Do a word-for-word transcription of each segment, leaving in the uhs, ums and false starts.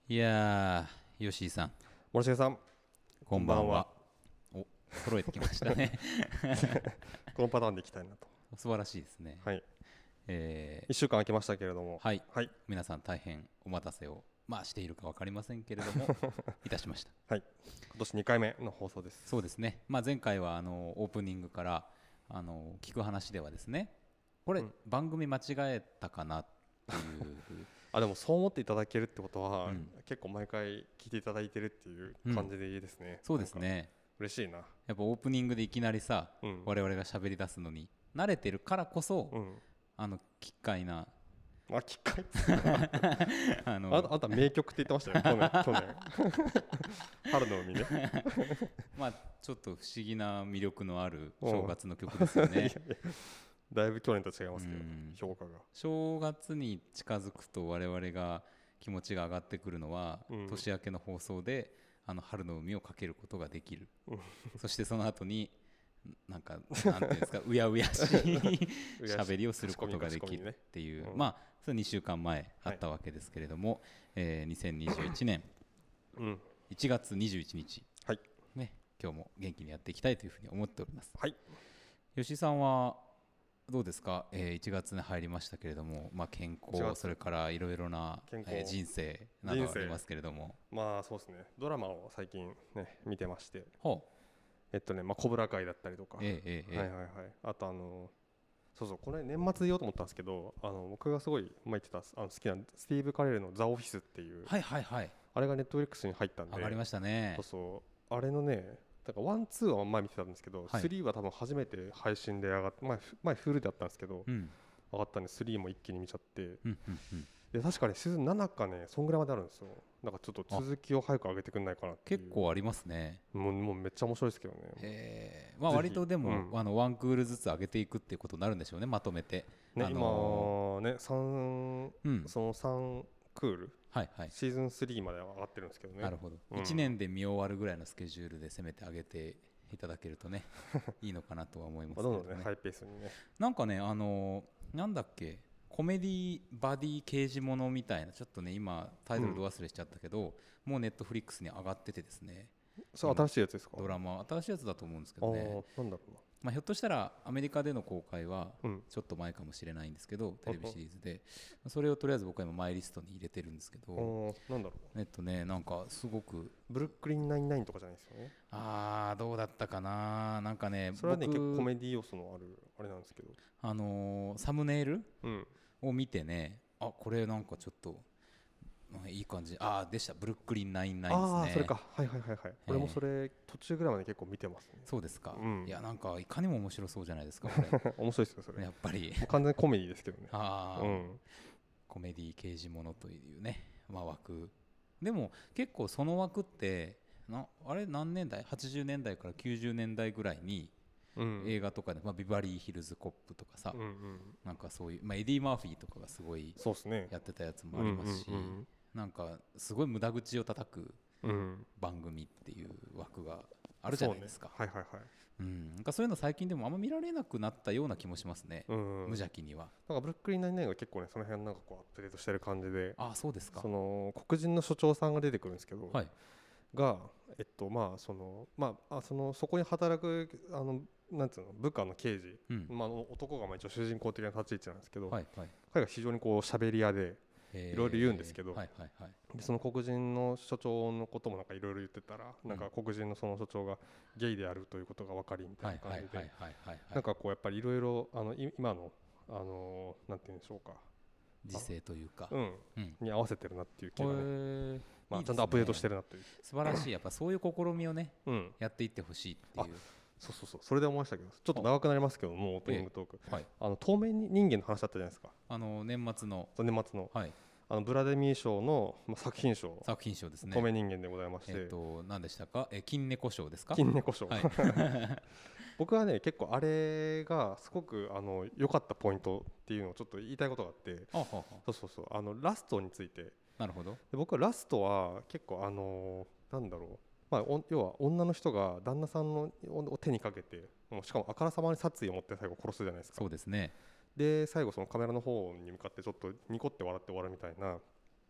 いやー、吉井さん、 森重さん、 こんばんは。お、揃えてきましたね。 このパターンでいきたいなと。 素晴らしいですね。 はい。 えーいっしゅうかん空きましたけれども、 はい、 はい、 皆さん大変お待たせを、まあ、しているか分かりませんけれども、いたしました。 はい、今年にかいめの放送です。 そうですね、まあ、前回はあのオープニングからあの聞く話ではですね、これ、 うん番組間違えたかなっていう、 あ、でもそう思っていただけるってことは、 うん結構毎回聞いていただいてるっていう感じでいいですね。 そうですなんかね、 嬉しいな。 やっぱオープニングでいきなりさ、 うん我々が喋り出すのに慣れてるからこそ、 うん。 あの奇怪なあ、機械あのああんた名曲って言ってましたよ、去年。去年春の海ね。 まあちょっと不思議な魅力のある正月の曲ですよいやいね。 やだいぶ去年と違いますけど、 うん評価が。 正月に近づくと我々が気持ちが上がってくるのは、 うん年明けの放送であの春の海をかけることができる、 うんそしてその後になんかなんていうんですかうやうやしい喋りをすることができるっていう、 うんまあそれにしゅうかんまえあったわけですけれども、えーにせんにじゅういちねんうんいちがつにじゅういちにち、 はいね、今日も元気にやっていきたいというふうに思っております。 はい。 吉井さんはどうですか、えー、いちがつに入りましたけれども、まあ、健いちがつ康それからいろいろな、 健康えー人生などありますけれども、 まあそうですね、ドラマを最近ね見てまして、 ほえっとねまあコブラ会だったりとか、 うええええええはいはいはい、あとあのそうそうこれ年末で言おうと思ったんですけど、あの僕がすごい前言ってたあの好きなスティーブ・カレールのザ・オフィスっていう、 はいはいはいあれがネットフリックスに入ったんで、 上がりましたね。 そうそうあれのねだからワンツーは前見てたんですけど、 はいスリーは多分初めて配信で上がって、前前フルであったんですけど、 うん上がったんでスリーも一気に見ちゃって、 うんうんうんで確かにシーズンななかねそんぐらいまであるんですよ。だからちょっと続きを早く上げてくんないかなっていう。 結構ありますね。 もうもうめっちゃ面白いですけどね。 へーまあぜひ割とでも、 うんあのワンクールずつ上げていくっていうことになるんでしょうね、まとめて。 ね、 あの今ね三ーうんそのさんクールはいはい、 シーズンスリーまで上がってるんですけどね。 なるほど、 うんいちねんで見終わるぐらいのスケジュールでせめて上げていただけるとねいいのかなとは思いますけれどね。 まあどんどんねハイペースにね。 なんかね、あのーなんだっけ、コメディバディ刑事ものみたいな、ちょっとね、今、タイトルど忘れしちゃったけど、もうネットフリックスに上がっててですね、 それ新しいやつですか？ ドラマ、新しいやつだと思うんですけああどね、 ーなんだろうな。 まあ、ひょっとしたらアメリカでの公開はうんちょっと前かもしれないんですけど、テレビシリーズで、それをとりあえず僕は今、マイリストに入れてるんですけあど、 ーなんだろう。 えっとね、なんかすごく、 ブルックリンナインナインとかじゃないですよね。 あー、どうだったかな、なんかね、 それはね結構コ僕、 メディ要素のあるあれなんですけど。 あのーサムネイルうんを見てね、あこれなんかちょっとうんいい感じ、ああでした、ブルックリンナインナインですね。 ああそれか、はいはいはいはい。俺もそれ途中ぐらいまで結構見てますね。 そうですか、 うんいやなんかいかにも面白そうじゃないですかこれ面白いですよそれ。もやっぱりう完全にコメディですけどね。 ああ、 うんコメディ刑事ものというね、まあ、枠でも結構その枠ってなあれ何年代はちじゅうねんだいからきゅうじゅうねんだいぐらいにうん映画とかで、まあ、ビバリーヒルズコップとかさ、 うんうんなんかそういう、まあ、エディ・マーフィーとかがすごいそうですね。 やってたやつもありますし、 うんうんなんかすごい無駄口を叩くうんうん番組っていう枠があるじゃないですか。 そうね、はいはいはい。 うん、なんかそういうの最近でもあんま見られなくなったような気もしますね、 うん無邪気には。 なんかブルックリンナインナインが結構ねその辺なんかこうアップデートしてる感じで、 ああそうですか。 その黒人の所長さんが出てくるんですけど、 はいがえっとまあそのまああそのそこに働くあのなんつうの部下の刑事、 うんまあ男がまあ一応主人公的な立ち位置なんですけど、 はいはい、 彼が非常にこう喋り屋でいいろいろ言うんですけど、 はいはいはい、 でその黒人の所長のこともなんかいろいろ言ってたら、 うんなんか黒人のその所長がゲイであるということが分かりみたはいいな感じで、 はいはいはいはいなんかこうやっぱりいろいろあのい今のあのなんて言うんでしょうか、 時勢というか、 うんうんに合わせてるなっていう気がね、 へーまあいいですねちゃんとアップデートしてるなという。 素晴らしい、やっぱそういう試みをねうんやっていってほしいっていう。 そうそうそう、それで思いましたけど、ちょっと長くなりますけども、オープニングトーク、 はい、 あの透明人間の話だったじゃないですか、 あの年末の、 年末のはい、 あのブラデミー賞の、まあ、作品賞、 作品賞ですね。 透明人間でございまして、 えっと何でしたか、え金猫賞ですか。 金猫賞、 はい僕はね結構あれがすごくあの良かったポイントっていうのをちょっと言いたいことがあって、 あははそうそうそう、あのラストについて、 なるほど。 で僕はラストは結構あのなんだろう、まあ、お要は女の人が旦那さんのを手にかけて、もうしかもあからさまに殺意を持って最後殺すじゃないですか。 そうですね。 で最後そのカメラの方に向かってちょっとニコって笑って終わるみたいな、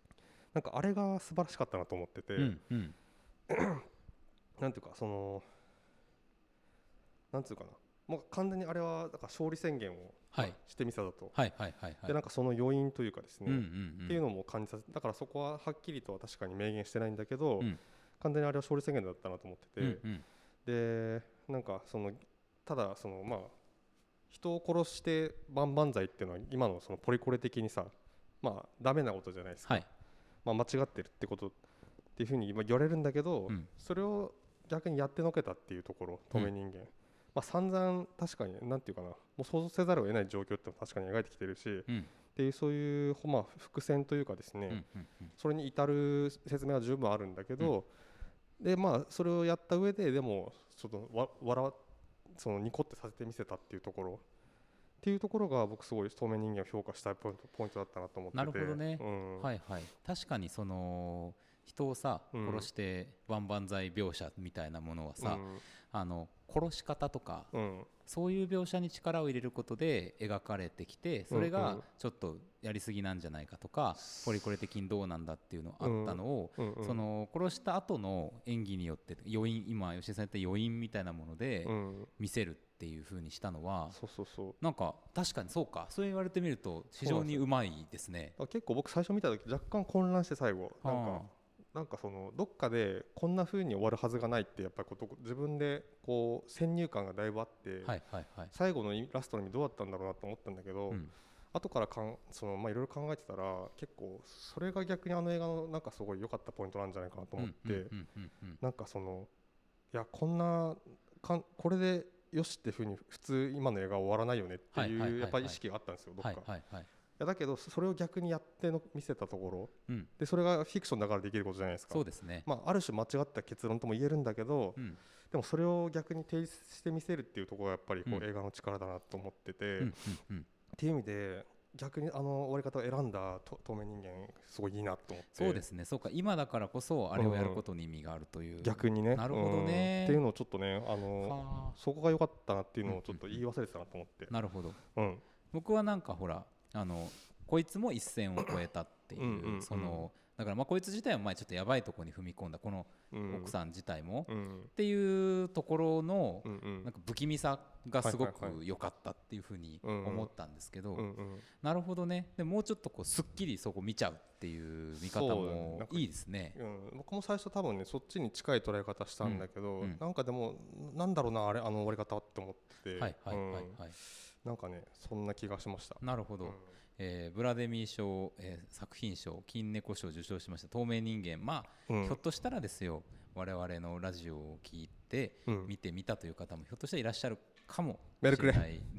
なんかあれが素晴らしかったなと思ってて、 うんうんなんていうかそのなんつうかな、もう完全にあれはだから勝利宣言をはいしてみせたと、 はいはいはいはいでなんかその余韻というかですね、 うんうんうんっていうのも感じさせ、だからそこははっきりとは確かに明言してないんだけど、 うん完全にあれは勝利宣言だったなと思ってて、 うんうんでなんかそのただそのまあ人を殺して万々歳っていうのは今のそのポリコレ的にさ、まあダメなことじゃないですか、 はいまあ、間違ってるってことっていうふうに今言われるんだけど、 うんそれを逆にやってのけたっていうところ、透明人間、まあ、散々確かになんていうかな、もう想像せざるを得ない状況って確かに描いてきてるし、 うんっていうそういう、まあ、伏線というかですね、 うんうんうんそれに至る説明は十分あるんだけど、でまあそれをやった上ででもちょっとわ笑そのニコってさせてみせたっていうところっていうところが僕すごい透明人間を評価したいポイント、ポイントだったなと思ってて。 なるほどね、 うんはいはい、確かにその人をさうん殺して万々歳描写みたいなものはさ、 うんあの殺し方とかうんそういう描写に力を入れることで描かれてきて、それがちょっとやりすぎなんじゃないかとか、ポリコレ的にどうなんだっていうのあったのを、 うんうんその殺した後の演技によって余韻、今吉井さん言った余韻みたいなものでうん見せるっていう風にしたのは、 そうそうそう、 なんか確かにそうか、そう言われてみると非常にうまいですね。 だから結構僕最初見た時若干混乱して、最後なんかはなんかそのどっかでこんな風に終わるはずがないってやっぱりこと自分でこう先入観がだいぶあって、 あはいはいはい、 最後のラストの意味どうだったんだろうなと思ったんだけど、 うん後からかんそのまあいろいろ考えてたら結構それが逆にあの映画のなんかすごい良かったポイントなんじゃないかなと思って、 うんうんうんうんうんなんかそのいやこんなかんこれでよしっていう風に普通今の映画は終わらないよねってはいはいはいはいいうやっぱり意識があったんですよ、どっか、 はいはいはい、 いやだけどそれを逆にやっての見せたところうん、 で、それがフィクションだからできることじゃないですか。 そうですね、 まあ、ある種間違った結論とも言えるんだけど、 うんでもそれを逆に提示してみせるっていうところがやっぱりこううん映画の力だなと思ってて、 うんうんうんっていう意味で逆にあの終わり方を選んだと透明人間すごいいいなと思って、 そうですね、そうか、今だからこそあれをやることに意味があるという、 逆にね、 なるほどねうんっていうのをちょっとね、あのはあそこが良かったなっていうのをちょっと言い忘れてたなと思って、 なるほど、 うん僕はなんかほらあのこいつも一線を越えたっていう、 うんうんうんそのだからまあこいつ自体は前ちょっとやばいところに踏み込んだ、このうん奥さん自体も、 うんっていうところのうんうんなんか不気味さがすごはいはいはく良かったっていうふうにうんうん思ったんですけど、 うんうんなるほどね、でもうちょっとこうすっきりそこ見ちゃうっていう見方そうだねもなんかいいですね。 うん、僕も最初多分ねそっちに近い捉え方したんだけど、 うんうんなんかでもなんだろうなあれあの終わり方って思ってて、 はいはいはいはい、 うんなんかねそんな気がしました。 なるほど、 うんえーブラデミー賞、えー作品賞金猫賞を受賞しました透明人間、まあ、 うんひょっとしたらですよ、我々のラジオを聞いてうん見てみたという方もひょっとしたらいらっしゃるかもメールくれしれない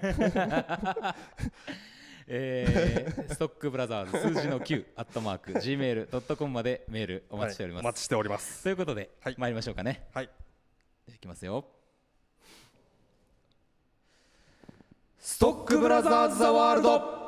えーストックブラザーズ数字のきゅうアットマーク ジーメールドットコム までメールお待ちしております、 はい、お待ちしております。 ということで、 はい参りましょうかね。 はい、 でいきますよ。 ストックブラザーズ・ザ・ワールド。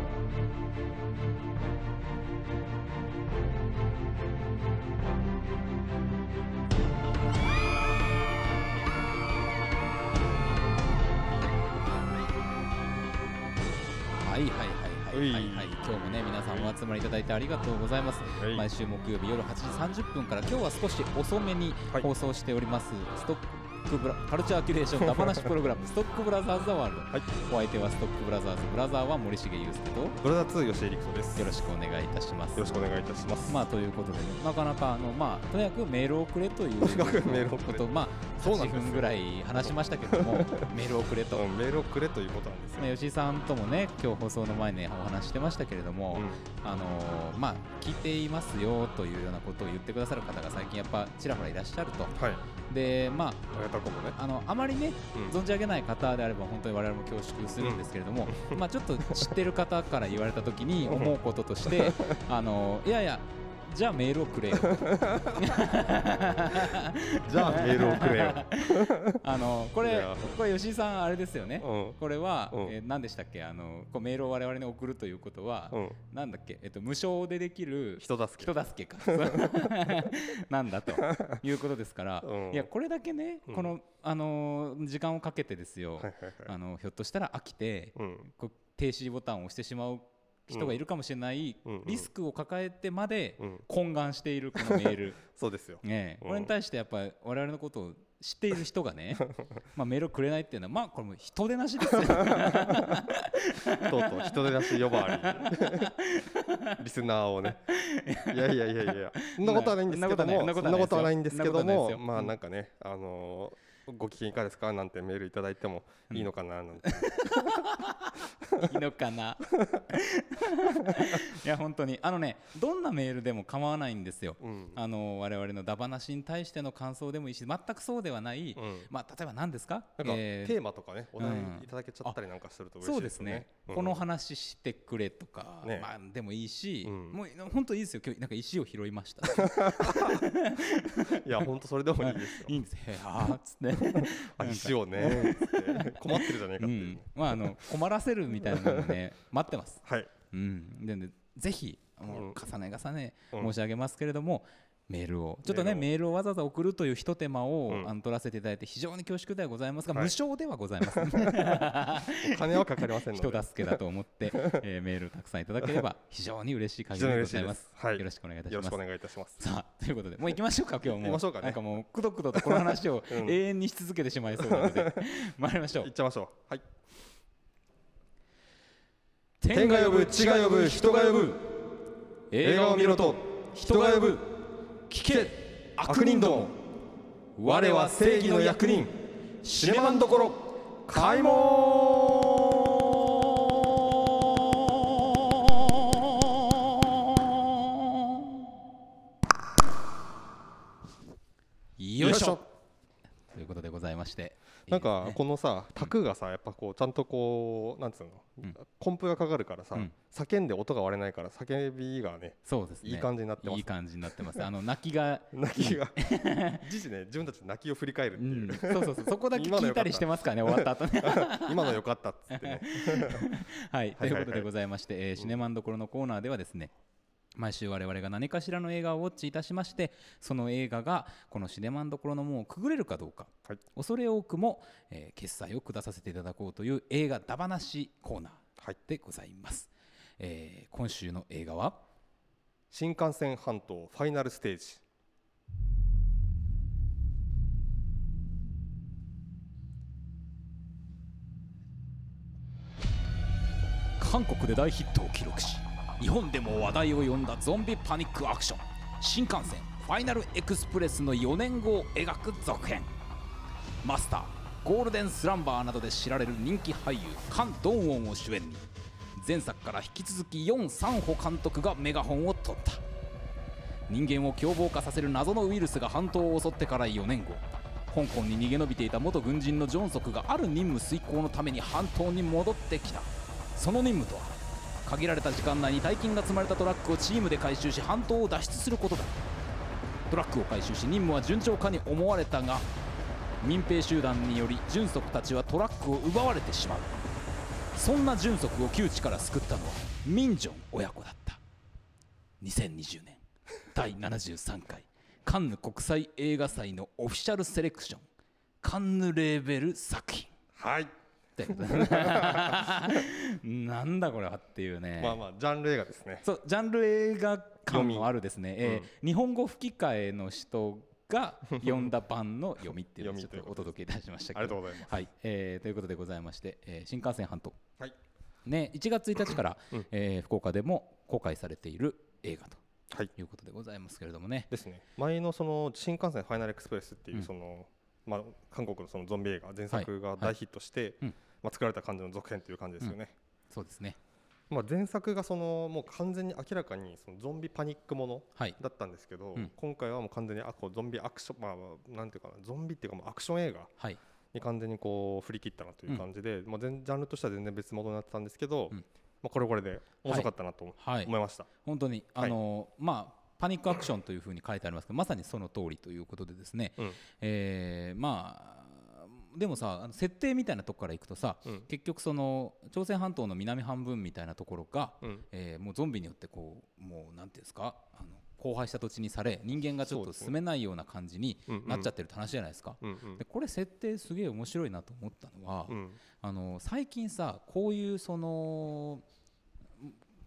はいはいはいはいはい、はい、今日もね皆さんお集まりいただいてありがとうございます。 はい毎週木曜日夜はちじさんじゅっぷんから今日は少し遅めにはい放送しております、ストックブラカルチャーキュレーションダマなしプログラムストックブラザーズ・ザ・ワールド、 はい、 お相手はストックブラザーズブラザーは森重裕介とブラザーツー吉江陸斗です。 よろしくお願いいたします。 よろしくお願いいたします。 まあということでね、なかなかあのまあとにかくメールをくれというとにかくメールをくれことまあ8 そうなんです分ぐらい話しましたけどもメールをくれと、 うんメールをくれということなんですね。 ね、吉井さんともね今日放送の前にお話してましたけれども、 うんあのーまあ聞いていますよというようなことを言ってくださる方が最近やっぱちらほらいらっしゃると。 はい、 でまあありがたくもね。 あのあまりねうん存じ上げない方であれば本当に我々も恐縮するんですけれども、まあちょっと知ってる方から言われた時に思うこととしてあのいやいやじゃあメールをくれよじゃあメールをくれよ。 あのこれいやこれ吉井さんあれですよね、 うんこれは、 うんえー何でしたっけ、あのこうメールを我々に送るということは、 うん、 なんだっけ、えっと、無償でできる人助け。 人助けかなんだということですから、 うんいやこれだけね、 うんこの、あのー時間をかけてですよ、 はいはいはい。 あのひょっとしたら飽きて、 うんこう停止ボタンを押してしまう人がいるかもしれないうんリスクを抱えてまでうん懇願しているこのメールそうですよ。 ねえ、 うんこれに対してやっぱり我々のことを知っている人がねまあメールをくれないっていうのはまあこれも人手なしですよとうとう人手なし呼ばわりリスナーをね、いやいやいやいやそんなことはないんですけども、 そんなそんなこはなこととはいないいんですけども、まあうんなんかね、あのーご機嫌いかがですかなんてメールいただいてもいいのかななんて、 いいのかないや本当にあのねどんなメールでも構わないんですよ。 うんあの我々のダバなしに対しての感想でもいいし全くそうではない、 うんまあ例えば何ですかなんかえーテーマとかねお題うんいただけちゃったりなんかすると嬉しそいうでよねですすね、。 うんこの話してくれとか、 ねまあ、でもいいし、 うんもう本当いいですよ今日なんか石を拾いましたいや本当それでもいいですよ。 いいんですへあーっつってあ石をねつって困ってるじゃないかっていうね。 うんまあ、あの困らせるみたいなのもね待ってます、 はい。 うん、ででぜひもうんう重ね重ねうん申し上げますけれども、メールをちょっとねメールをメールをわざわざ送るというひと手間を、 うんあの取らせていただいて非常に恐縮ではございますが、 はい無償ではございませんお金はかかりませんので。 人助けだと思って、えーメールたくさんいただければ非常に嬉しい限りでございます。 非常に嬉しいですはいよろしくお願いいたします。 よろしくお願いいたします。 さあということでもう行きましょうか今日も行きましょうかねなんかもうくどくどとこの話をうん永遠にし続けてしまいそうなので参りましょう行っ。ちゃいましょう。はい。 天が呼ぶ地が呼ぶ人が呼ぶ映画を見ろと人が呼ぶ聞け悪人ども我は正義の役人シネマンどころ開門よいしょということでございましてなんかいいですねこのさ卓がさやっぱこうちゃんとこうなんつうの、 うんコンプがかかるからさ、 うん叫んで音が割れないから叫びがねそうですねいい感じになってますいい感じになってますあの泣きが泣きが時時ね自分たちで泣きを振り返るってういう、 ん、そうそうそうそこだけ今のよかった聞いたりしてますからね終わった後ね今の良かったっつってねはい、とはいはいいうことでございまして、えーシネマンどころのコーナーではですね毎週我々が何かしらの映画をウォッチいたしましてその映画がこのシネマンどころの門をくぐれるかどうか、 はい恐れ多くも、えー決済を下させていただこうという映画ダバなしコーナはいーでございます、えー今週の映画は新幹線半島ファイナルステージ。 韓国で大ヒットを記録し日本でも話題を呼んだゾンビパニックアクション新幹線ファイナルエクスプレスのよねんごを描く続編マスターゴールデンスランバーなどで知られる人気俳優カン・ドンウォンを主演に前作から引き続きヨン・サンホ監督がメガホンを取った人間を凶暴化させる謎のウイルスが半島を襲ってからよねんご香港に逃げ延びていた元軍人のジョンソクがある任務遂行のために半島に戻ってきたその任務とは限られた時間内に大金が積まれたトラックをチームで回収し半島を脱出することだトラックを回収し任務は順調かに思われたが民兵集団によりジュンソクたちはトラックを奪われてしまうそんなジュンソクを窮地から救ったのはミンジョン親子だったにせんにじゅうねんだいななじゅうさんかいカンヌ国際映画祭のオフィシャルセレクションカンヌレーベル作品はいってことでなんだこれはっていうね、 まあまあジャンル映画ですね。 そうジャンル映画感のあるですね、えー日本語吹き替えの人が読んだ版の読みっていうのをちょっとお届けいたしましたけどありがとうございます。 はい、えーということでございまして、えー新幹線半島、 はいね、いちがつついたちから、 うんえー福岡でも公開されている映画とはいいうことでございますけれどもねですね。前のその新幹線ファイナルエクスプレスっていううんその、まあ韓国のそのゾンビ映画前作が大ヒットして、 うんまあ作られた感じの続編という感じですよね。 そうですねまあ前作がそのもう完全に明らかにそのゾンビパニックものはいだったんですけど、 うん今回はもう完全にあこうゾンビアクションまあなんていうかなゾンビっていうかもうアクション映画はいに完全にこう振り切ったなという感じで、まあ全ジャンルとしては全然別物になってたんですけど、 うんまあこれこれで面白かったなとはい思いました。 本当にあはいのーまあパニックアクションというふうに書いてありますけどまさにその通りということでですね、 うんえーまあでもさあの設定みたいなとこからいくとさ、 うん結局その朝鮮半島の南半分みたいなところが、 うんえーもうゾンビによってこうもうなんていうんですかあの荒廃した土地にされ人間がちょっとそうですね住めないような感じにうんうんなっちゃってるって話じゃないですか。 うんうんでこれ設定すげえ面白いなと思ったのは、 うんあの最近さこういうその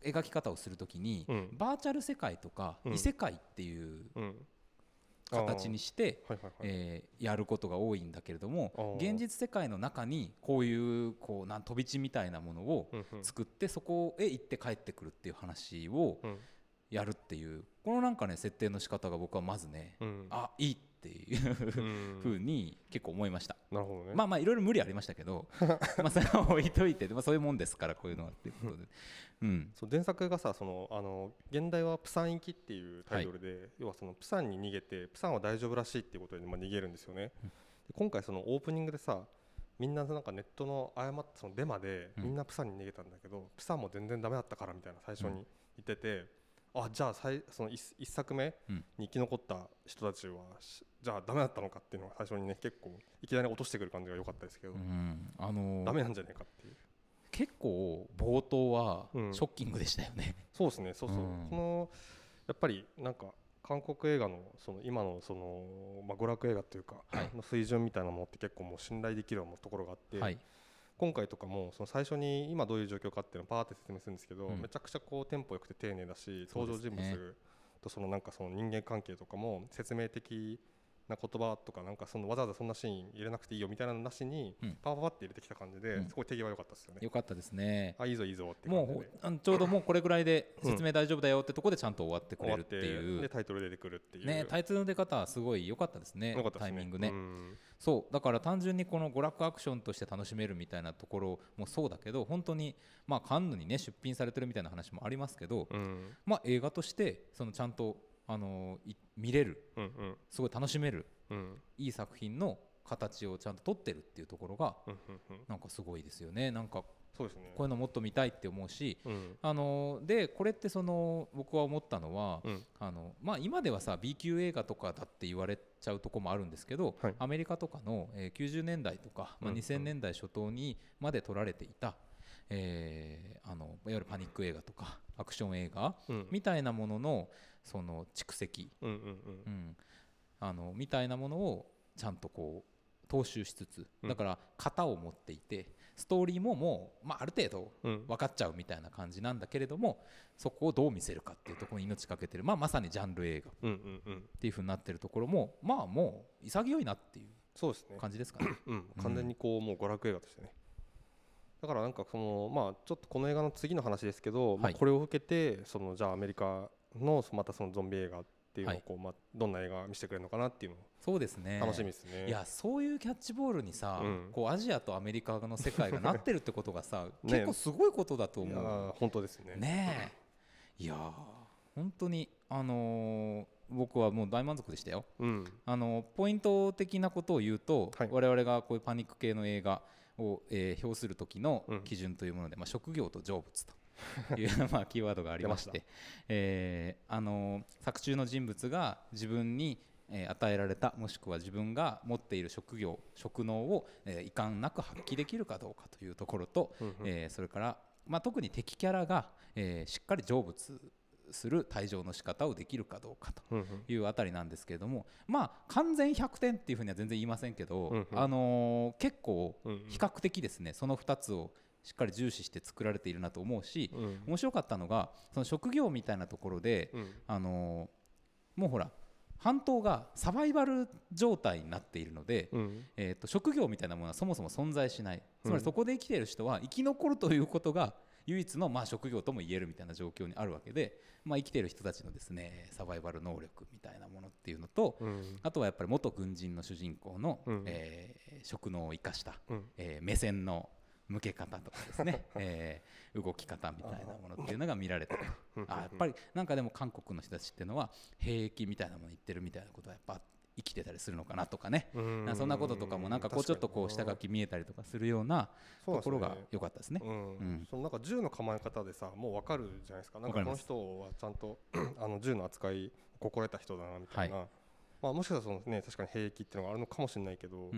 描き方をするときに、 うんバーチャル世界とかうん異世界っていううん形にして、 はいはいはいえーやることが多いんだけれども、 あー現実世界の中にこういうこうなん飛び地みたいなものをうんうん作ってそこへ行って帰ってくるっていう話をうんやるっていうこのなんかね設定の仕方が僕はまずね、 うんあいいっていううんふうに結構思いました。 なるほどね。 まあまあいろいろ無理ありましたけどまあそれは置いといて、まあ、そういうもんですからこういうのはっていうことで、うんそう原作がさそのあの現代はプサン行きっていうタイトルで、要はそのプサンに逃げてプサンは大丈夫らしいっていうことで、まあ、逃げるんですよね。 うんで今回そのオープニングでさみんななんかネットの誤ったそのデマでうんみんなプサンに逃げたんだけど、プサンも全然ダメだったからみたいな最初に言ってて、あじゃあ最その 一, 一作目うんに生き残った人たちはしじゃあダメだったのかっていうのが最初にね結構いきなり落としてくる感じが良かったですけど、 うんあのーダメなんじゃねえかっていう。 結構冒頭はうんショッキングでしたよね、 そうですね、そうそう、 うんそのやっぱりなんか韓国映画のその今のそのまあ娯楽映画というか、 はいの水準みたいなものって結構もう信頼できるようなところがあって、 はい今回とかもその最初に今どういう状況かっていうのをパーって説明するんですけど、 うんめちゃくちゃこうテンポ良くて丁寧だし、 そう登場ですね人物とそのなんかその人間関係とかも説明的な言葉とかなんかそのわざわざそんなシーン入れなくていいよみたいなのなしにうんパパパって入れてきた感じで、 うんすごい手際良かったですよね。 よかったですね。 あいいぞいいぞっていう感じもでうあのちょうどもうこれぐらいで説明大丈夫だよってとこでちゃんと終わってくれるって終わいうってでタイトル出てくるっていうね、タイトルの出方はすごい良かったですね、 良かったですタイミングね、 うんそうだから単純にこの娯楽アクションとして楽しめるみたいなところもそうだけど、本当にまあカンヌにね出品されてるみたいな話もありますけど、 うんまあ映画としてそのちゃんとあのい見れる、 うんうんすごい楽しめるうんいい作品の形をちゃんと撮ってるっていうところがうんうんなんかすごいですよね。なんかそうですね。 こういうのもっと見たいって思うし、 うんあのでこれってその僕は思ったのは、 うんあのまあ、今ではさ B 級映画とかだって言われちゃうとこもあるんですけど、 はいアメリカとかの、えーきゅうじゅうねんだいとか、まあ、 うんうんにせんねんだい初頭にまで撮られていた、えーあのいわゆるパニック映画とかアクション映画うんみたいなもののその蓄積、 うんうんうん、あのみたいなものをちゃんとこう踏襲しつつ、 うんだから型を持っていてストーリーももう、まあ、ある程度うんうん分かっちゃうみたいな感じなんだけれども、そこをどう見せるかっていうところに命かけてる、まあ、まさにジャンル映画っうんうんうんていう風になってるところもまあもう潔いなっていうそうですね。 感じですかね。 うん完全にこうもう娯楽映画としてね。だからなんかそのまあちょっとこの映画の次の話ですけど、まはいあこれを受けてそのじゃあアメリカのまたそのゾンビ映画っていうのをこうまあどんな映画見せてくれるのかなっていうのそうですね、 楽しみですね。 いやそういうキャッチボールにさ、 うんこうアジアとアメリカの世界がなってるってことがさ、 ね結構すごいことだといや思う。 ー本当ですね。 ねえいやー本当にあのー僕はもう大満足でしたよ。 うんあのポイント的なことを言うと、 はい我々がこういうパニック系の映画を、えー評する時のうん基準というもので、まあ、職業と成仏というまあキーワードがありまして出まえーあの作中の人物が自分にえー与えられたもしくは自分が持っている職業職能を、えー遺憾なく発揮できるかどうかというところと、 うんうんえーそれから、まあ、特に敵キャラが、えーしっかり成仏する退場の仕方をできるかどうかとうんうんいうあたりなんですけれども、まあ完全ひゃくてんっていうふうには全然言いませんけど、 うんうんあのー結構うんうん比較的ですねそのふたつをしっかり重視して作られているなと思うし、 うん面白かったのがその職業みたいなところで、 うんあのーもうほら半島がサバイバル状態になっているので、 うんえー、と職業みたいなものはそもそも存在しないつまうんりそこで生きている人は生き残るということが唯一のまあ職業とも言えるみたいな状況にあるわけで、まあ、生きている人たちのですねサバイバル能力みたいなものっていうのと、 うんあとはやっぱり元軍人の主人公の、 うんえー職能を生かした、 うんえー目線の向け方とかですね、えー動き方みたいなものっていうのが見られてうんあやっぱりなんかでも韓国の人たちっていうのは兵役みたいなもの言ってるみたいなことはやっぱ生きてたりするのかなとかね、 うんなんかそんなこととかもなんかこうちょっとこう下書き見えたりとかするようなそうなんですよねところが良かったですね。 うんうんそのなんか銃の構え方でさもう分かるじゃないですか。なんかこのわかります人はちゃんとあの銃の扱い心得た人だなみたいな、まあ、もしかしたらその、ね、確かに兵役っていうのがあるのかもしれないけど、 うん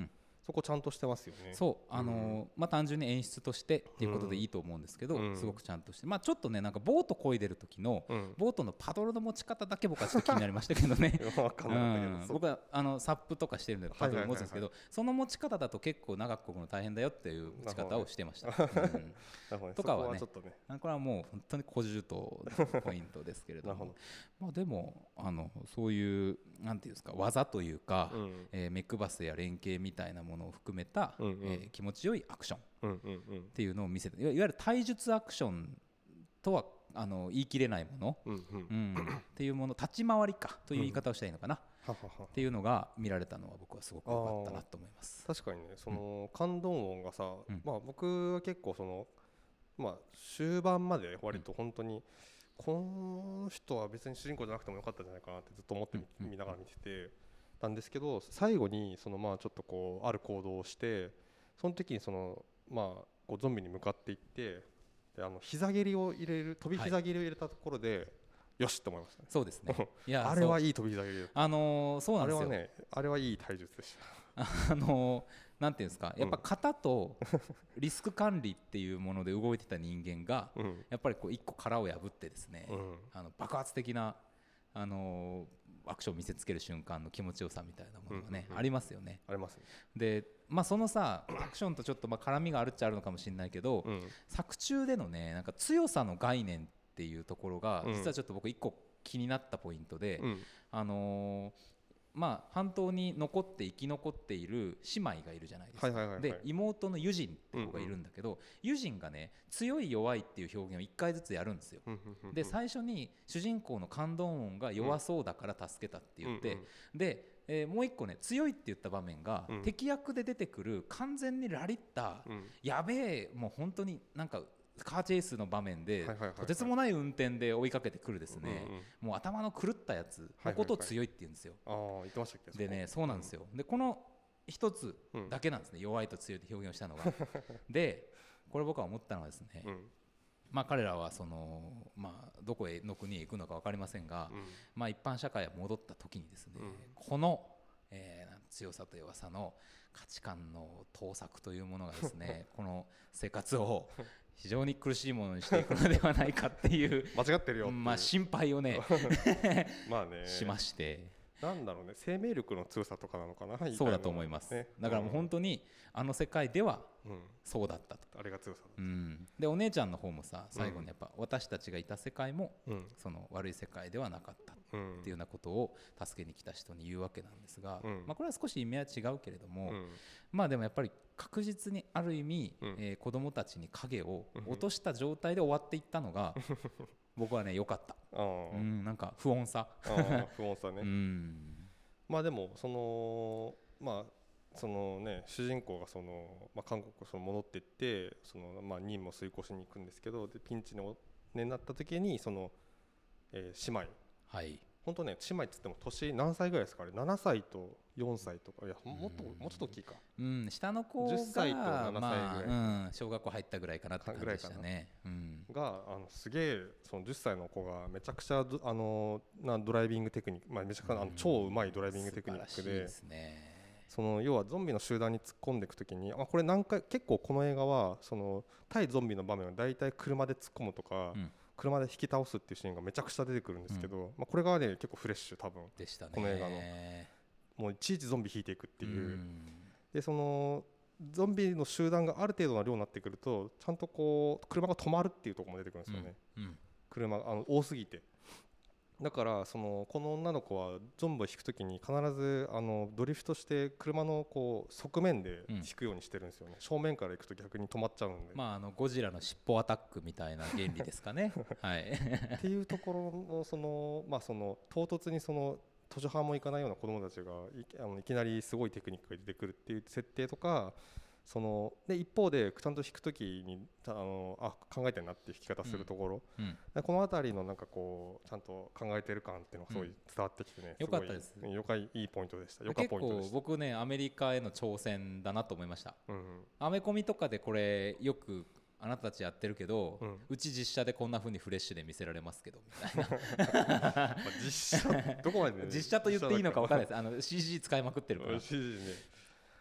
そこちゃんとしてますよね。 そうあのーまあ単純に演出としてっていうことでいいと思うんですけど、 うんすごくちゃんとして、まあちょっとねなんかボート漕いでる時のうんボートのパドルの持ち方だけ僕はちょっと気になりましたけどね分かんなかったけど、 うん、 そう僕はあのサップとかしてるんでパドル持つんですけど、その持ち方だと結構長く漕ぐの大変だよっていう持ち方をしてました、うんなるほどね、 とかはねそこちょっとね、 これはもう本当に小獣とのポイントですけれどなるほもまあでもあのそういうなんていうんですか技というか、 うんえー目配せや連携みたいなものを含めた、 うんうんえー気持ちよいアクションっうんうんうんていうのを見せていわいわゆる体術アクションとはあの言い切れないもの、 うんうんうん、っていうもの立ち回りかという言い方をしたらいいのかな、 はははっていうのが見られたのは僕はすごく良かったなと思います。 確かにね、その感動音がさ、 うんまあ僕は結構そのまあ終盤まで割と本当にこの人は別に主人公じゃなくてもよかったんじゃないかなってずっと思ってみうん見ながら見ててたんですけど、最後にそのまあちょっとこうある行動をして、その時にそのまあこうゾンビに向かっていって、であの膝蹴りを入れる飛び膝蹴りを入れたところで、よしって思いましたね。 そうですねいやあれはいい飛び膝蹴りだった。 あのーそうなんですよあれはね、あれはいい体術でしあのーなんていうんですかやっぱ型とリスク管理っていうもので動いてた人間がた。うんやっぱりこう一個殻を破ってですね、 うんあの爆発的なあのーアクションを見せつける瞬間の気持ちよさみたいなものがね、 うんうんうんありますよね。 ありますね。 でまあそのさアクションとちょっとまあ絡みがあるっちゃあるのかもしれないけど、 うん作中でのねなんか強さの概念っていうところがうん実はちょっと僕一個気になったポイントで、 うんあのーまあ半島に残って生き残っている姉妹がいるじゃないですか、 はいはいはいはいで妹のユジンっていう子がいるんだけど、ユジンがね強い弱いっていう表現をいっかいずつやるんですよ。 うんうんうんで最初に主人公のカンドン音が弱そうだから助けたって言って、 うんうんで、えーもう一個ね強いって言った場面が、 うん敵役で出てくる完全にラリった、 うんやべえもう本当になんかカーチェイスの場面で、 はいはいはいはいとてつもない運転で追いかけてくるですね、 うんうんもう頭の狂ったやつのことを強いって言うんですよ。 ああ言ってましたっけ。 でねそうなんですよ。でこの一つうんだけなんですね、弱いと強いって表現をしたのがでこれ僕は思ったのはですね、 うんまあ彼らはその、まあ、どこへの国へ行くのか分かりませんが、 うんまあ、一般社会へ戻った時にですね、 うんこの、えー強さと弱さの価値観の盗作というものがですねこの生活を非常に苦しいものにしていくのではないかっていう間違ってるよっていうまあ心配をねまあねしましてなんだろうね、生命力の強さとかなのかな。 そうだと思います、 ねだからもう本当にあの世界ではうんうんそうだったと、 あれが強さだ。 うん、でお姉ちゃんの方もさ最後にやっぱ私たちがいた世界もうんその悪い世界ではなかったうんっていうようなことを助けに来た人に言うわけなんですが、 うんまあ、これは少し意味は違うけれども、 うんまあでもやっぱり確実にある意味、 うんえー子どもたちに影を落とした状態で終わっていったのが僕はね良かった、 あーうん、なんか不穏さ、 あー不穏さね。 うんまあでもそのまあそのね主人公がそのまあ韓国その戻っていってそのまあ任務を遂行しに行くんですけど、でピンチになった時にそのえー姉妹はい本当ね姉妹っつっても年何歳ぐらいですかあれななさいとよんさいとかいやもっとうんもうちょっと大きいかうん、下の子がじゅっさいとななさいぐらいまあうん、小学校入ったぐらいかなって感じでしたね。うんがあのすげえそのじゅっさいの子がめちゃくちゃどあのなドライビングテクニック、まあ、めちゃくちゃあの超うまいドライビングテクニックで素晴らしいですね。 その要はゾンビの集団に突っ込んでいくときに、あこれ何回結構この映画はその対ゾンビの場面は大体車で突っ込むとか、 うん車で引き倒すっていうシーンがめちゃくちゃ出てくるんですけど、まあ、これがね結構フレッシュ多分でしたね。 この映画のもういちいちゾンビ引いていくっていう、 うんでそのゾンビの集団がある程度の量になってくるとちゃんとこう車が止まるっていうところも出てくるんですよね、 うん車があの多すぎて。だからそのこの女の子はゾンビを引くときに必ずあのドリフトして車のこう側面で引くようにしてるんですよね、正面から行くと逆に止まっちゃうんで、 まああのゴジラの尻尾アタックみたいな原理ですかね。はい。 っていうところのそのまあその唐突にその図書館も行かないような子どもたちがいあのいきなりすごいテクニックが出てくるっていう設定とか、そので一方でちゃんと弾くときにあのあ考えてるなっていう弾き方するところ、 うんでこの辺りのなんかこうちゃんと考えてる感っていうのがすごい伝わってきてね、 よかったですごいよかいいいポイントでした。よか結構ポイントでした。 僕ねアメリカへの挑戦だなと思いました。 うんアメコミとかでこれよくあなたたちやってるけど、 うんうち実写でこんな風にフレッシュで見せられますけどみたいな。 まあ実写どこまでね実写と言っていいのか分からないです。あの シージー 使いまくってるから。 シージー ね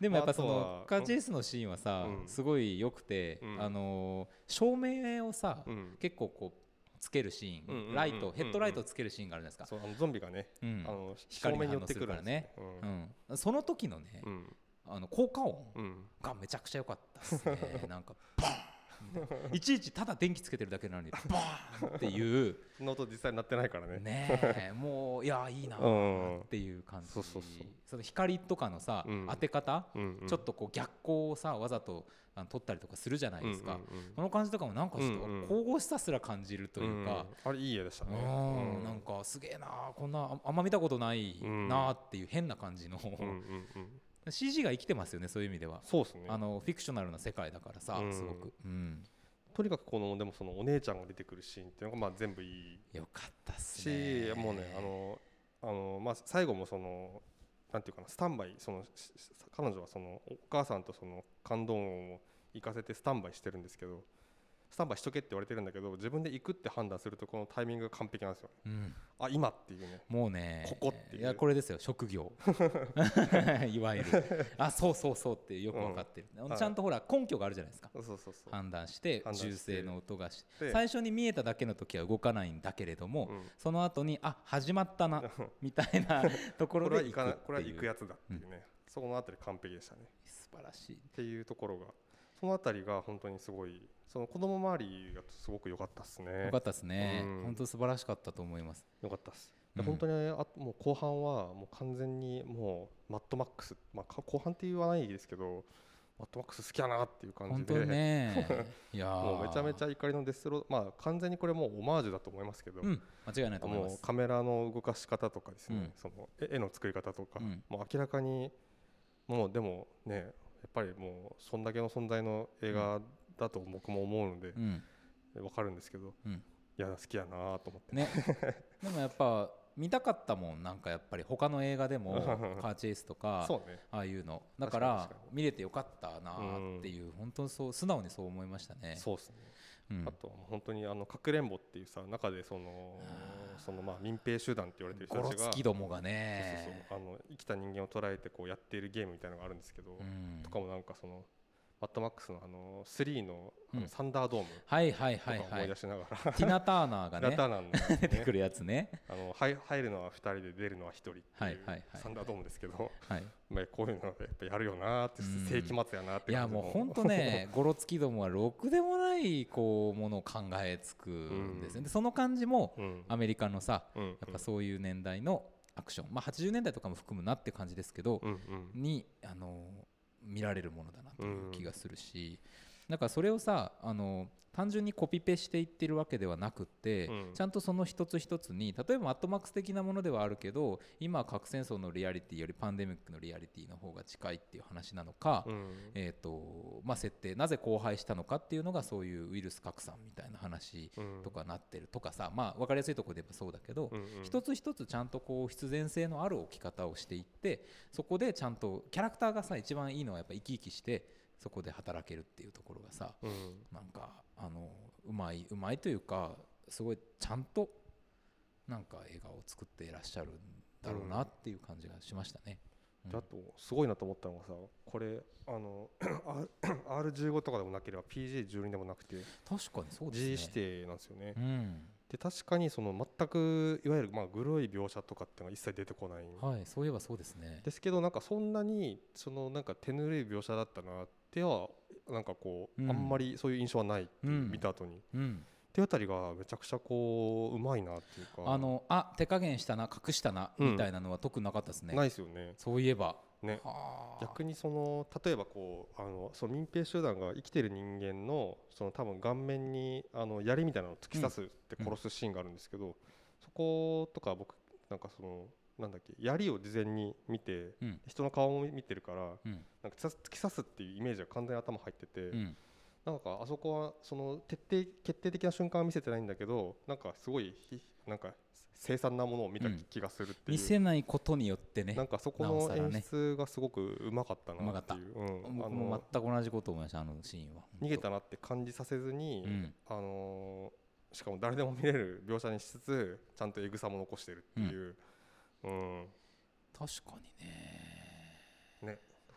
でもやっぱそあとはのカーチェイスのシーンはさ、 うんすごい良くて、 うんあのー照明をさ、 うん結構こうつけるシーン、 うんうんうんライト、 うんヘッドライトをつけるシーンがあるじゃないですか、 そうあのゾンビがね、 うんあの光に正面に寄って反応するからくるんですねね、うん、その時のね、 うんうんあの効果音うんがめちゃくちゃ良かったですねなんかバーンみたいないちいちただ電気つけてるだけなのにバーンっていうその音実際になってないからねねえもういやいいなうんっていう感じ、 そうそうそうその光とかのさ、 うん当て方、 うんうんちょっとこう逆光をさわざとあの撮ったりとかするじゃないですか、 うんうんうんその感じとかもなんかちょっとうんうん神々しさすら感じるというか、 うんあれいい絵でしたねうんうんなんかすげえなこんなああんま見たことないなっていう変な感じの、 うんうんうんシージー が生きてますよねそういう意味では、 そうですねあのフィクショナルな世界だからさ、 うんすごく、うん、 とにかくこのでもそのお姉ちゃんが出てくるシーンっていうのがまあ全部いいよかったっすしねもうねあのあのまあ最後もそのなんていうかなスタンバイそのし彼女はそのお母さんとその感動音を行かせてスタンバイしてるんですけどスタンバイしとけって言われてるんだけど自分で行くって判断するとこのタイミングが完璧なんですよ、 うんあ今っていうねもうねここっていういやこれですよ職業いわゆるあそうそうそうってよく分かってる、 うんちゃんとほら根拠があるじゃないですか、 そうそうそう判断して判断して銃声の音がしで最初に見えただけの時は動かないんだけれども、 うんその後にあ始まったなみたいなところこれはで行くって行かなこれは行くいうやつだっていうね、そこのあたり完璧でしたね素晴らしいっていうところがそのあたりが本当にすごいその子供周りがすごく良かったですねよかったですね、 うん本当素晴らしかったと思います。 良かったです、 うん本当にあもう後半はもう完全にもうマッドマックス、まあ、か後半って言わないですけどマッドマックス好きやなっていう感じで本当にねいやーもうめちゃめちゃ怒りのデスロまあ完全にこれもうオマージュだと思いますけど、 うん間違いないと思います。 もうカメラの動かし方とかですね、 うんその絵絵の作り方とか、 うんもう明らかにもうでもねやっぱりもうそんだけの存在の映画だと僕も思うのでうんわかるんですけど、 うんいや好きやなと思って、 ねでもやっぱ見たかったもんなんかやっぱり他の映画でもカーチェイスとかそうねああいうのだか確からに確かに見れてよかったなっていう本当にそう素直にそう思いましたね。 そうですね、 うんあとはもう本当にあのかくれんぼっていうさ中でそのそのまあ民兵集団って言われてる人ゴロたちがつきどもがそうねそうそうあの生きた人間を捉えてこうやっているゲームみたいなのがあるんですけど、 うんとかもなんかそのマッドマックスのあのスリーのあうんのサンダードームはいはいとか思はいはいい出しながら、 ティナ・ターナーがラターねナンのやつね出てくるやつねあの入入るのはふたりで出るのはひとりってはいいうはいはいサンダードームですけど、 はいまあこういうのやっぱやるよなーってうん世紀末やなっていや感じのもう本当ねゴロつきどもはろくでもないこうものを考えつくんですよね。でその感じもうんアメリカのさうんやっぱそういう年代のアクションまあはちじゅうねんだいとかも含むなって感じですけどうんうんにあの見られるものだなという気がするしだからそれをさあの単純にコピペしていってるわけではなくって、 うんちゃんとその一つ一つに例えばマッドマックス的なものではあるけど今は核戦争のリアリティよりパンデミックのリアリティの方が近いっていう話なのか、 うんえーとまあ、設定なぜ荒廃したのかっていうのがそういうウイルス拡散みたいな話うんとかなってるとかさ、まあ、分かりやすいところで言えばそうだけど、 うんうん一つ一つちゃんとこう必然性のある置き方をしていってそこでちゃんとキャラクターがさ一番いいのはやっぱ生き生きしてそこで働けるっていうところがさうんなんかあのうまいうまいというかすごいちゃんとなんか映画を作っていらっしゃるんだろうなっていう感じがしましたね。うんであとすごいなと思ったのがさこれあのアールじゅうご とかでもなければ ピージェーじゅうに でもなくて確かにそうです G ね。 指定なんですよね、 うんで確かにその全くいわゆるまあグロい描写とかっていうのが一切出てこないんはい、そういえばそうですね。 ですけどなんかそんなにそのなんか手ぬるい描写だったなってはなんかこう、 うんあんまりそういう印象はないっていううん見た後に、っうん、 ていうあたりがめちゃくちゃこううまいなっていうかあのあ手加減したな隠したなうんみたいなのは特になかったですね。 ないですよねそういえば。 ねはあ逆にその例えばこうあのその民兵集団が生きてる人間のその多分顔面にあの槍みたいなのを突き刺すって殺すシーンがあるんですけど、そことか僕なんかそのなんだっけ槍を事前に見て、 うん人の顔も見てるからうんなんか突き刺すっていうイメージが完全に頭入ってて、 うんなんかあそこはその徹底決定的な瞬間は見せてないんだけどなんかすごいひなんか凄惨なものを見たうん気がするっていう、 見せないことによってねなんかそこのなおさらね演出がすごくうまかったなっていう、うん、あ僕もの全く同じことを思いましたあのシーンは。 逃げたなって感じさせずに、 うんあのーしかも誰でも見れる描写にしつつちゃんとエグさも残してるっていう、うん確かにね。 ね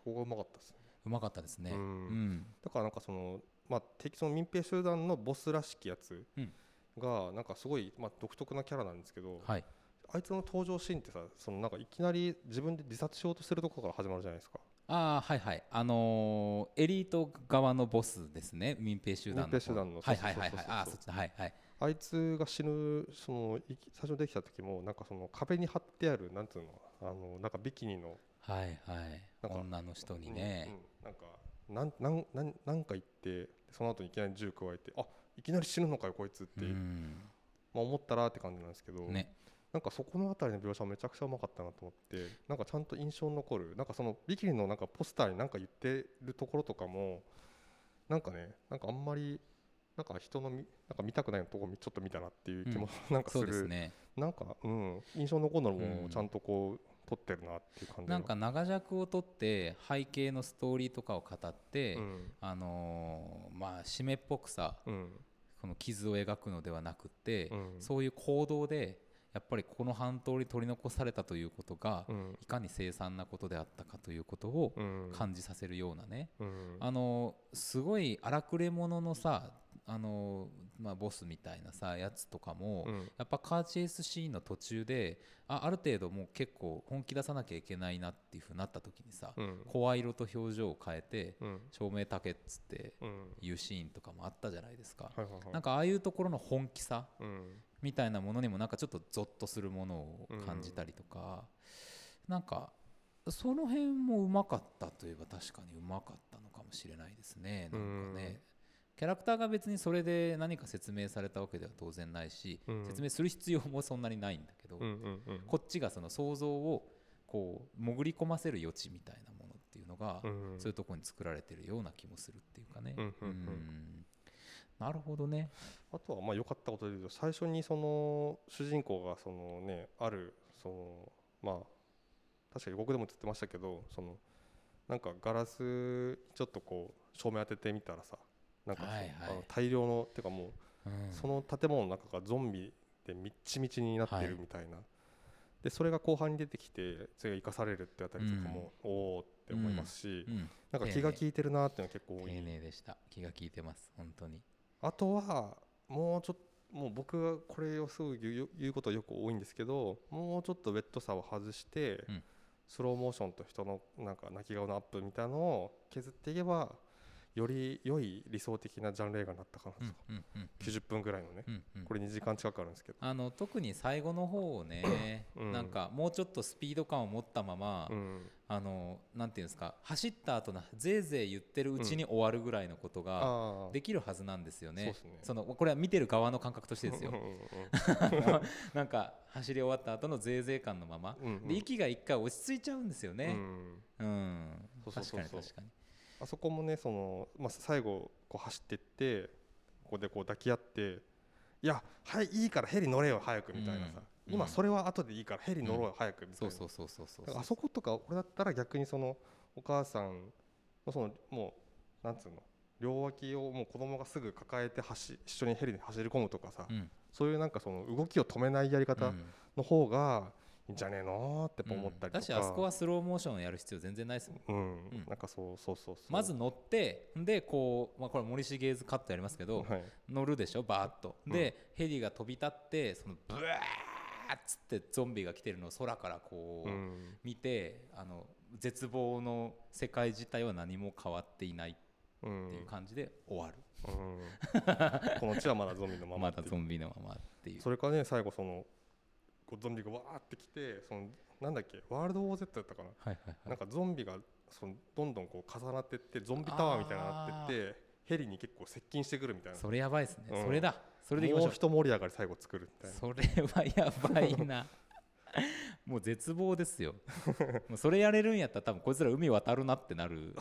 こがうまかったですね。 うまかったですね。 ううんんだからなんかその、まあ、敵その民兵集団のボスらしきやつうんがなんかすごい、まあ、独特なキャラなんですけど、 はいあいつの登場シーンってさ、そのなんかいきなり自分で自殺しようとするところから始まるじゃないですか。 ああはいはいあのーエリート側のボスですね民兵集団の民兵集団のはいはいはいそうそうそうそうはいああそっちだはいはいあいつが死ぬそのいき最初できた時もなんかその壁に貼ってあるなんていうのあのなんかビキニのはいはいなんか女の人にね、 うんうん、なんかなんなんなんなんか言ってその後にいきなり銃加えてあいきなり死ぬのかよこいつって、 うんまあ、思ったらって感じなんですけど、 ねなんかそこのあたりの描写めちゃくちゃうまかったなと思ってなんかちゃんと印象に残るなんかそのビキニのなんかポスターに何か言ってるところとかもなんかねなんかあんまりなんか人のみなんか見たくないところちょっと見たなっていう気も、うん、なんかするそうですねなんか、うん、印象に残るのもちゃんとこう、撮ってるなっていう感じなんか長尺を取って背景のストーリーとかを語って、 うんあのーまあ締めっぽくさうんこの傷を描くのではなくて、 うんそういう行動でやっぱりこの半島に取り残されたということが、 うんいかに凄惨なことであったかということをうん感じさせるようなね、 うんあのすごい荒くれ者のさあの、まあ、ボスみたいなさやつとかも、 うんやっぱカーチェイスシーンの途中で あ, ある程度もう結構本気出さなきゃいけないなっていう風になった時にさ、 うん声色と表情を変えて、 うん照明たけっつってうんいうシーンとかもあったじゃないですか、 はいはいはいなんかああいうところの本気さうんみたいなものにもなんかちょっとゾッとするものを感じたりとか、なんかその辺もうまかったといえば確かにうまかったのかもしれないですね。なんかね、キャラクターが別にそれで何か説明されたわけでは当然ないし、 うん説明する必要もそんなにないんだけど、 うんうんうんこっちがその想像をこう潜り込ませる余地みたいなものっていうのが、 うんそういうところに作られてるような気もするっていうかね。 うんうんうんうんなるほどね。 あとはまあ良かったことでいうと最初にその主人公がそのねあるそのまあ確かに僕でも言ってましたけどそのなんかガラスちょっとこう照明当ててみたらさなんかそうはいはいあの大量のっていうかもううんその建物の中がゾンビでみっちみちになってはいるみたいな、でそれが後半に出てきてそれが生かされるってあたりとかも、おおって思いますし、 うんなんか気が利いてるなっていうのは結構多い。 丁寧でした。気が利いてます本当に。 あとはもうちょっともう僕がこれをすぐ言う言うことはよく多いんですけどもうちょっとウェットさを外して、 うんスローモーションと人のなんか泣き顔のアップみたいなのを削っていけばより良い理想的なジャンル映画になったかなと、 うんうんうんきゅうじゅっぷんぐらいのね、 うんうんこれにじかん近くあるんですけど、 あの特に最後の方をね、 うんなんかもうちょっとスピード感を持ったまま、 うんあのなんていうんですか走った後のぜいぜい言ってるうちに終わるぐらいのことがあできるはずなんですよね。 そうですねそのこれは見てる側の感覚としてですようんうんなんか走り終わった後のぜいぜい感のまま、 うんうんで息が一回落ち着いちゃうんですようね。 んうん、 そうそう確そうそうかに確かに。 あそこもねその、まあ、最後こう走ってってここでこう抱き合っていやはいいいからヘリ乗れよ早くみたいなさ、 うん今それは後でいいからヘリ乗ろうよ早くみたいな、 そうそうそうそうそうだからあそことか俺だったら逆にそのお母さんのそのもうなんつうの両脇をもう子供がすぐ抱えて走一緒にヘリに走り込むとかさ、 うんそういうなんかその動きを止めないやり方うんの方がいいんじゃねえのって思ったりとか、 だしあそこはスローモーションやる必要全然ないですもん。 うん、 うんなんかそうそうそうそうまず乗ってでこう、まあ、これ森重図カットやりますけど、 はい乗るでしょバーッとで、ヘリが飛び立ってそのブワーッつってゾンビが来てるのを空からこう、 うん見てあの絶望の世界自体は何も変わっていないっうんていう感じで終わる、 うんこの地はまだゾンビのまままっていうだゾンビのままっていう。 それからね最後そのこうゾンビがわーってきてそのなんだっけワールドウォー Z だったかな、 はいはいはい、 なんかゾンビがそのどんどんこう重なってってゾンビタワーみたいになってってヘリに結構接近してくるみたいな、 それやばいですね、 うんそれだそれでいきましょう。 もう一盛り上がり最後作るみたいな。 それはやばいなもう絶望ですよもうそれやれるんやったら多分こいつら海渡るなってなる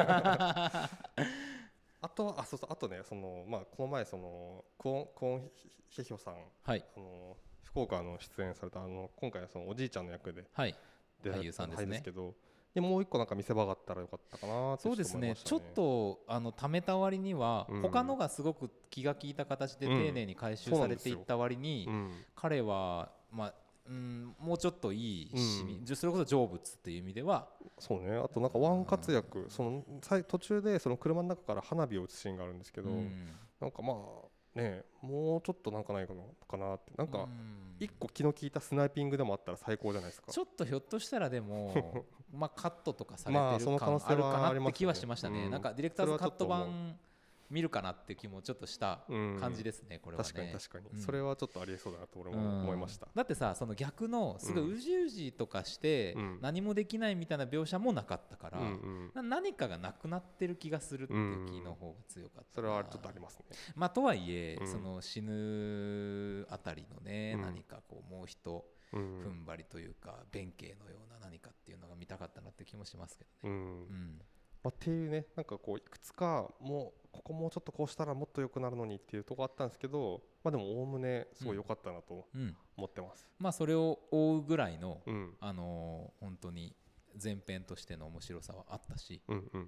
あとはあそうそうあとねそのまあこの前そのクオンクオンヒヒョさん、 はいあの福岡の出演されたあの今回はそのおじいちゃんの役ではい出られ俳優さんですねはいですけど、でもう一個なんか見せ場があったらよかったかなってそうですねちょっちょっと思いましたとあの貯めた割には、 うん他のがすごく気が利いた形で丁寧に回収されていった割に、 うん彼はまあうん、もうちょっといいし、うん、それこそ成仏っていう意味ではそうね。あとなんかワン活躍、その途中でその車の中から花火を打つシーンがあるんですけど、うん、なんかまあねもうちょっとなんかないかなってなんか一個気の利いたスナイピングでもあったら最高じゃないですか。 ちょっとひょっとしたらでもまあカットとかされてる感あるかなって気はしましたね。なんかディレクターズカット版見るかなっていう気もちょっとした感じですね、うん、これはね。 確かに確かに、うん、それはちょっとありえそうだなと俺も思いました、うん、 だってさその逆のすごいうじうじとかして何もできないみたいな描写もなかったから、うんうん、何かがなくなってる気がするっていう気の方が強かった、うん、 それはちょっとありますね。 まあとはいえ、うん、その死ぬあたりのね、うん、何かこうもう一踏ん張りというか弁慶のような何かっていうのが見たかったなって気もしますけどね、うんうんまあ、っていうねなんかこういくつかもうここもうちょっとこうしたらもっと良くなるのにっていうところあったんですけど、まあ、でもおおむねすごい良かったなと思ってます、 うんうん、まあそれを追うぐらいの、うん、あのー、本当に前編としての面白さはあったし、うんうんうんうん、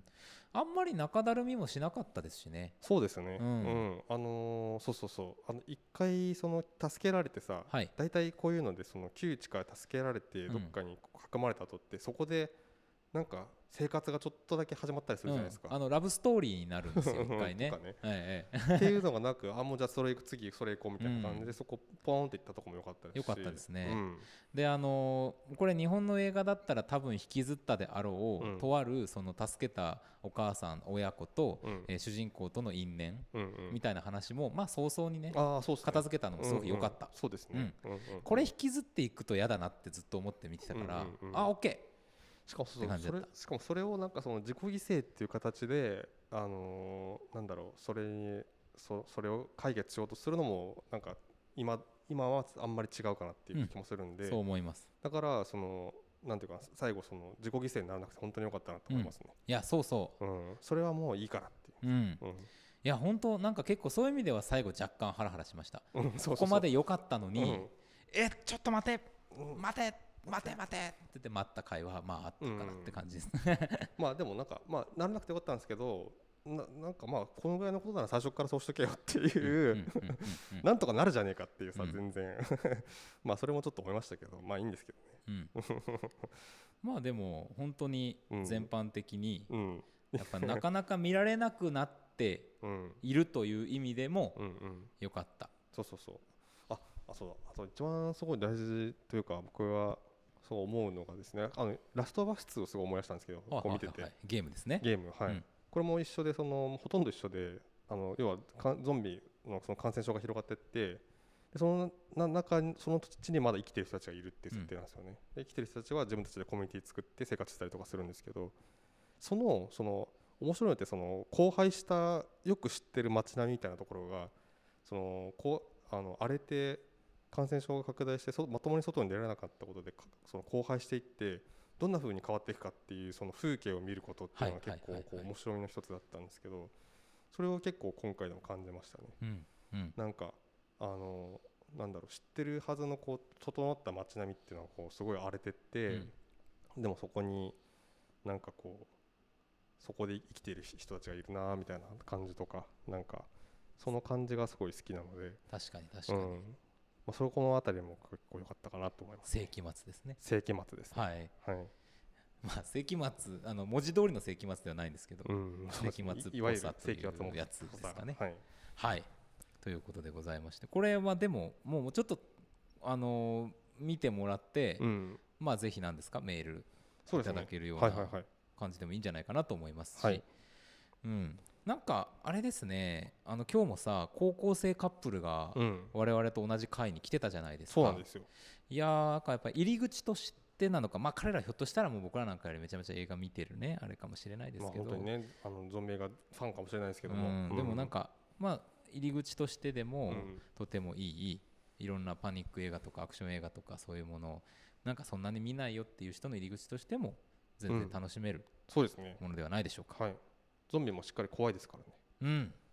あんまり中だるみもしなかったですしね。 そうですね、うんうん、あのー、そうそうそうあの一回その助けられてさ、はい、大体こういうのでその窮地から助けられてどっかに囲まれた後って、うん、そこでなんか生活がちょっとだけ始まったりするじゃないですか、 うん、あのラブストーリーになるんですよ一回ねね、 はいはい、っていうのがなくあもうじゃあそれ行く次それ行こうみたいな感じで、うん、そこポーンっていったとこも良かったですし良かったですね、うん、であのー、これ日本の映画だったら多分引きずったであろう、うん、とあるその助けたお母さん親子と、うんえー、主人公との因縁、うんうん、みたいな話もまあ早々にねあそうですね片付けたのもすごく良かった、うんうん、 そうですね、うんうんうん、 これ引きずっていくと嫌だなってずっと思って見てたから、うんうんうん、あ OK しかもそれしかもそれをなんかその自己犠牲っていう形で、あのー、なんだろうそれに そ, それを解決しようとするのもなんか 今, 今はあんまり違うかなっていう気もするんで、うん、 そう思います。 だからそのなんていうか最後その自己犠牲にならなくて本当に良かったなと思いますね、うん、 いやそうそう、 うん、それはもういいからっていう、うんうん、 いや本当なんか結構そういう意味では最後若干ハラハラしました、うん、そうそうそうここまで良かったのに、うん、えちょっと待て待て待て待てって言って待った会話はまああったかなって感じです、うん、 まあでもなんかまあならなくてよかったんですけど な, なんかまあこのぐらいのことなら最初からそうしとけよっていうなんとかなるじゃねえかっていうさ、うん、全然まあそれもちょっと思いましたけどまあいいんですけどね、うん、 まあでも本当に全般的にやっぱなかなか見られなくなっているという意味でもよかった、 うんうん、そうそうそうあそうだあと一番すごい大事というか僕はそう思うのがですねあのラストバスツをすごい思い出したんですけどこう見てて、はいはい、 ゲームですねゲームはい、うん、これも一緒でそのほとんど一緒であの要はゾンビ の, その感染症が広がっていってでそのな中にその土地にまだ生きている人たちがいるっていう設定なんですよね、うん、で生きている人たちは自分たちでコミュニティ作って生活したりとかするんですけどそのその面白いのってその荒廃したよく知ってる街並みみたいなところがそのこうあの荒れて感染症が拡大してそまともに外に出られなかったことでその荒廃していってどんな風に変わっていくかっていうその風景を見ることっていうのが結構こう面白みの一つだったんですけどそれを結構今回でも感じましたね、うんうん、なんかあのなんだろう知ってるはずのこう整った街並みっていうのはこうすごい荒れてって、うん、でもそこになんかこうそこで生きている人たちがいるなみたいな感じとかなんかその感じがすごい好きなので確かに確かに、うんまあ、そこのあたりも結構良かったかなと思います、 ね、世紀末ですね世紀末ですねはい、はいまあ、世紀末あの文字通りの世紀末ではないんですけど、うん、世紀末っぽさというやつですかねはい、はい、ということでございましてこれはでももうちょっとあのー、見てもらって、うん、まあぜひなんですかメールいただけるような感じでもいいんじゃないかなと思いますし、はいうん、なんかあれですねあの今日もさ高校生カップルが我々と同じ会に来てたじゃないですか、 うん、そうなんですよいやーなんかやっぱり入り口としてなのかまあ彼らひょっとしたらもう僕らなんかよりめちゃめちゃ映画見てるねあれかもしれないですけど、まあ、 本当にねあのゾンビ映画ファンかもしれないですけども、 うん、でもなんかまあ入り口としてでもとてもいいいろんなパニック映画とかアクション映画とかそういうものをなんかそんなに見ないよっていう人の入り口としても全然楽しめるものではないでしょうか、 はいゾンビもしっかり怖いですからね。 うん。 あ、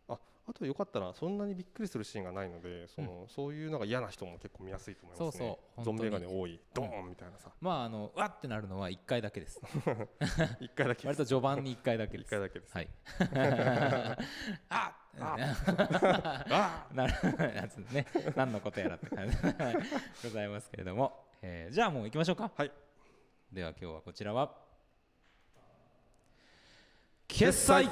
あとよかったらそんなにびっくりするシーンがないので、その、うん、そういうのが嫌な人も結構見やすいと思いますね。そうそう、ゾンビ映画に多いドーンみたいなさ、 まああのわってなるのはいっかいだけですいっかいだけです割と序盤にいっかいだけですいっかいだけです、 はいあああなるやつね、何のことやらって感じございますけれども、えー、じゃあもう行きましょうか。 はい。 では今日はこちらは決済。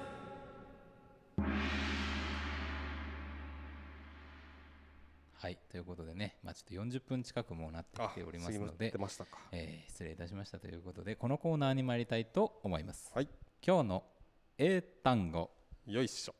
はい、ということでね、まあ、ちょっとよんじゅっぷん近くもうなってきておりますので、えー、失礼いたしましたということで、このコーナーに参りたいと思います。 はい、 今日の英単語、 よいしょ。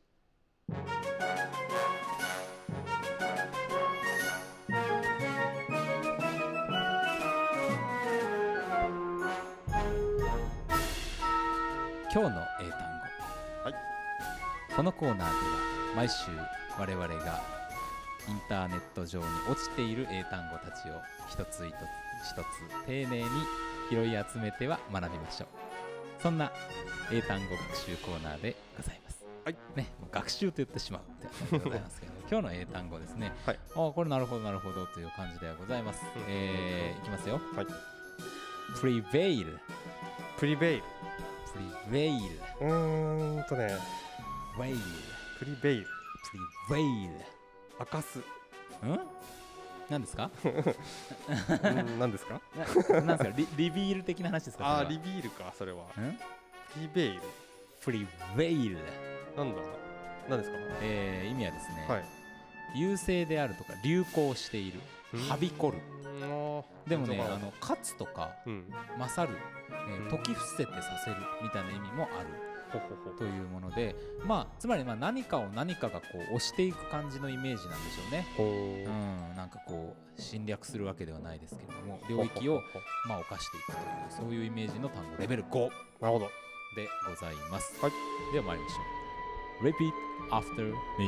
今日の英単語、 はい、 このコーナーでは毎週我々がインターネット上に落ちている英単語たちを一つ一つ一つ丁寧に拾い集めては学びましょう。そんな英単語学習コーナーでございます。 はい。 ね、もう学習と言ってしまうって感じでございますけど今日の英単語ですね。 はい。 あ、これなるほどなるほどという感じではございます。うん、えー、いきますよ。 はい。 prevail。 prevail。 prevail。 うーんとね。 prevail。 prevail。 prevail。 明かす。ん？ 何ですか？ 何ですか？ 何ですか？リ, リビール的な話ですか？ ああ、リビールか、それは。リベイル。 プリベイル。 なんだ？何ですか？ えー、意味はですね、 はい、 優勢であるとか流行している、はびこる。でもね、あの勝つとか、うん、勝る、えー、解き伏せてさせるみたいな意味もある。というもので、まあ、つまりまあ何かを何かがこう押していく感じのイメージなんでしょうね。うん、なんかこう侵略するわけではないですけれども、領域をまあ犯していくというそういうイメージの単語レベルご。 なるほど。 でございます。 はい。 では参りましょう。Repeat after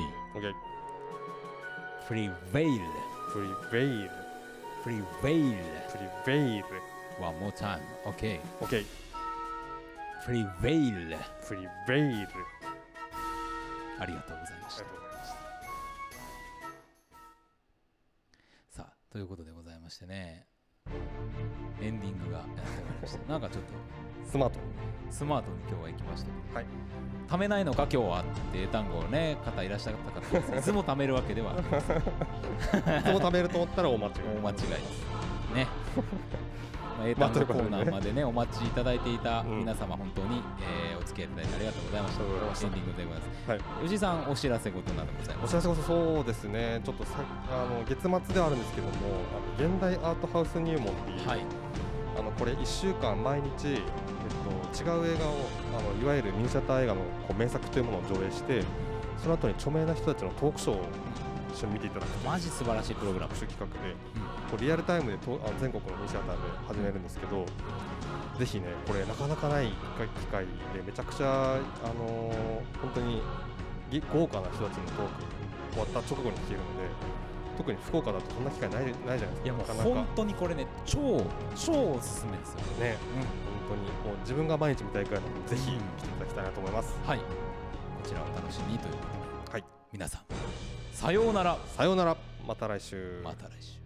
me。Okay。Prevail。 Prevail。 Prevail。 Prevail。 One more time。Okay。Okay。Prevail。 Prevail。 ありがとうございました。さあ、ということでございましてね、エンディングがやってまいりました。なんかちょっとスマートスマートに今日は行きましたけど、 はい、 貯めないのか今日はって英単語をね方いらっしゃった方です。いつも貯めるわけではありません。いつも貯めると思ったら大間違い大間違いですね。英単語コーナーまでねお待ちいただいていた皆様、本当に、えー、お付き合いいただいてありがとうございました。エンディングでございます。はい、吉井さんお知らせ事などございますか？ お知らせ事、そうですね、ちょっとさあの月末ではあるんですけども、あの現代アートハウス入門っていう、はい、あのこれいっしゅうかん毎日、えっと、違う映画をあのいわゆるミニシアター映画のこう名作というものを上映して、その後に著名な人たちのトークショーを一緒に見ていただくマジ素晴らしいプログラム特殊企画で、うん、こうリアルタイムでとあの全国のミニシアターで始めるんですけど、ぜひねこれなかなかない機会で、めちゃくちゃ、あのー、本当に豪華な人たちのトーク終わった直後に聞けるので、特に福岡だとそんな機会ない、ないじゃないですか。 いやもう本当にこれね超超おすすめですよね、うん、本当にもう自分が毎日見たいくらいなので、ぜひ来ていただきたいなと思います。 はい、こちらをお楽しみにということで、 はい、 皆さんさようなら。 さようなら。また来週。 また来週。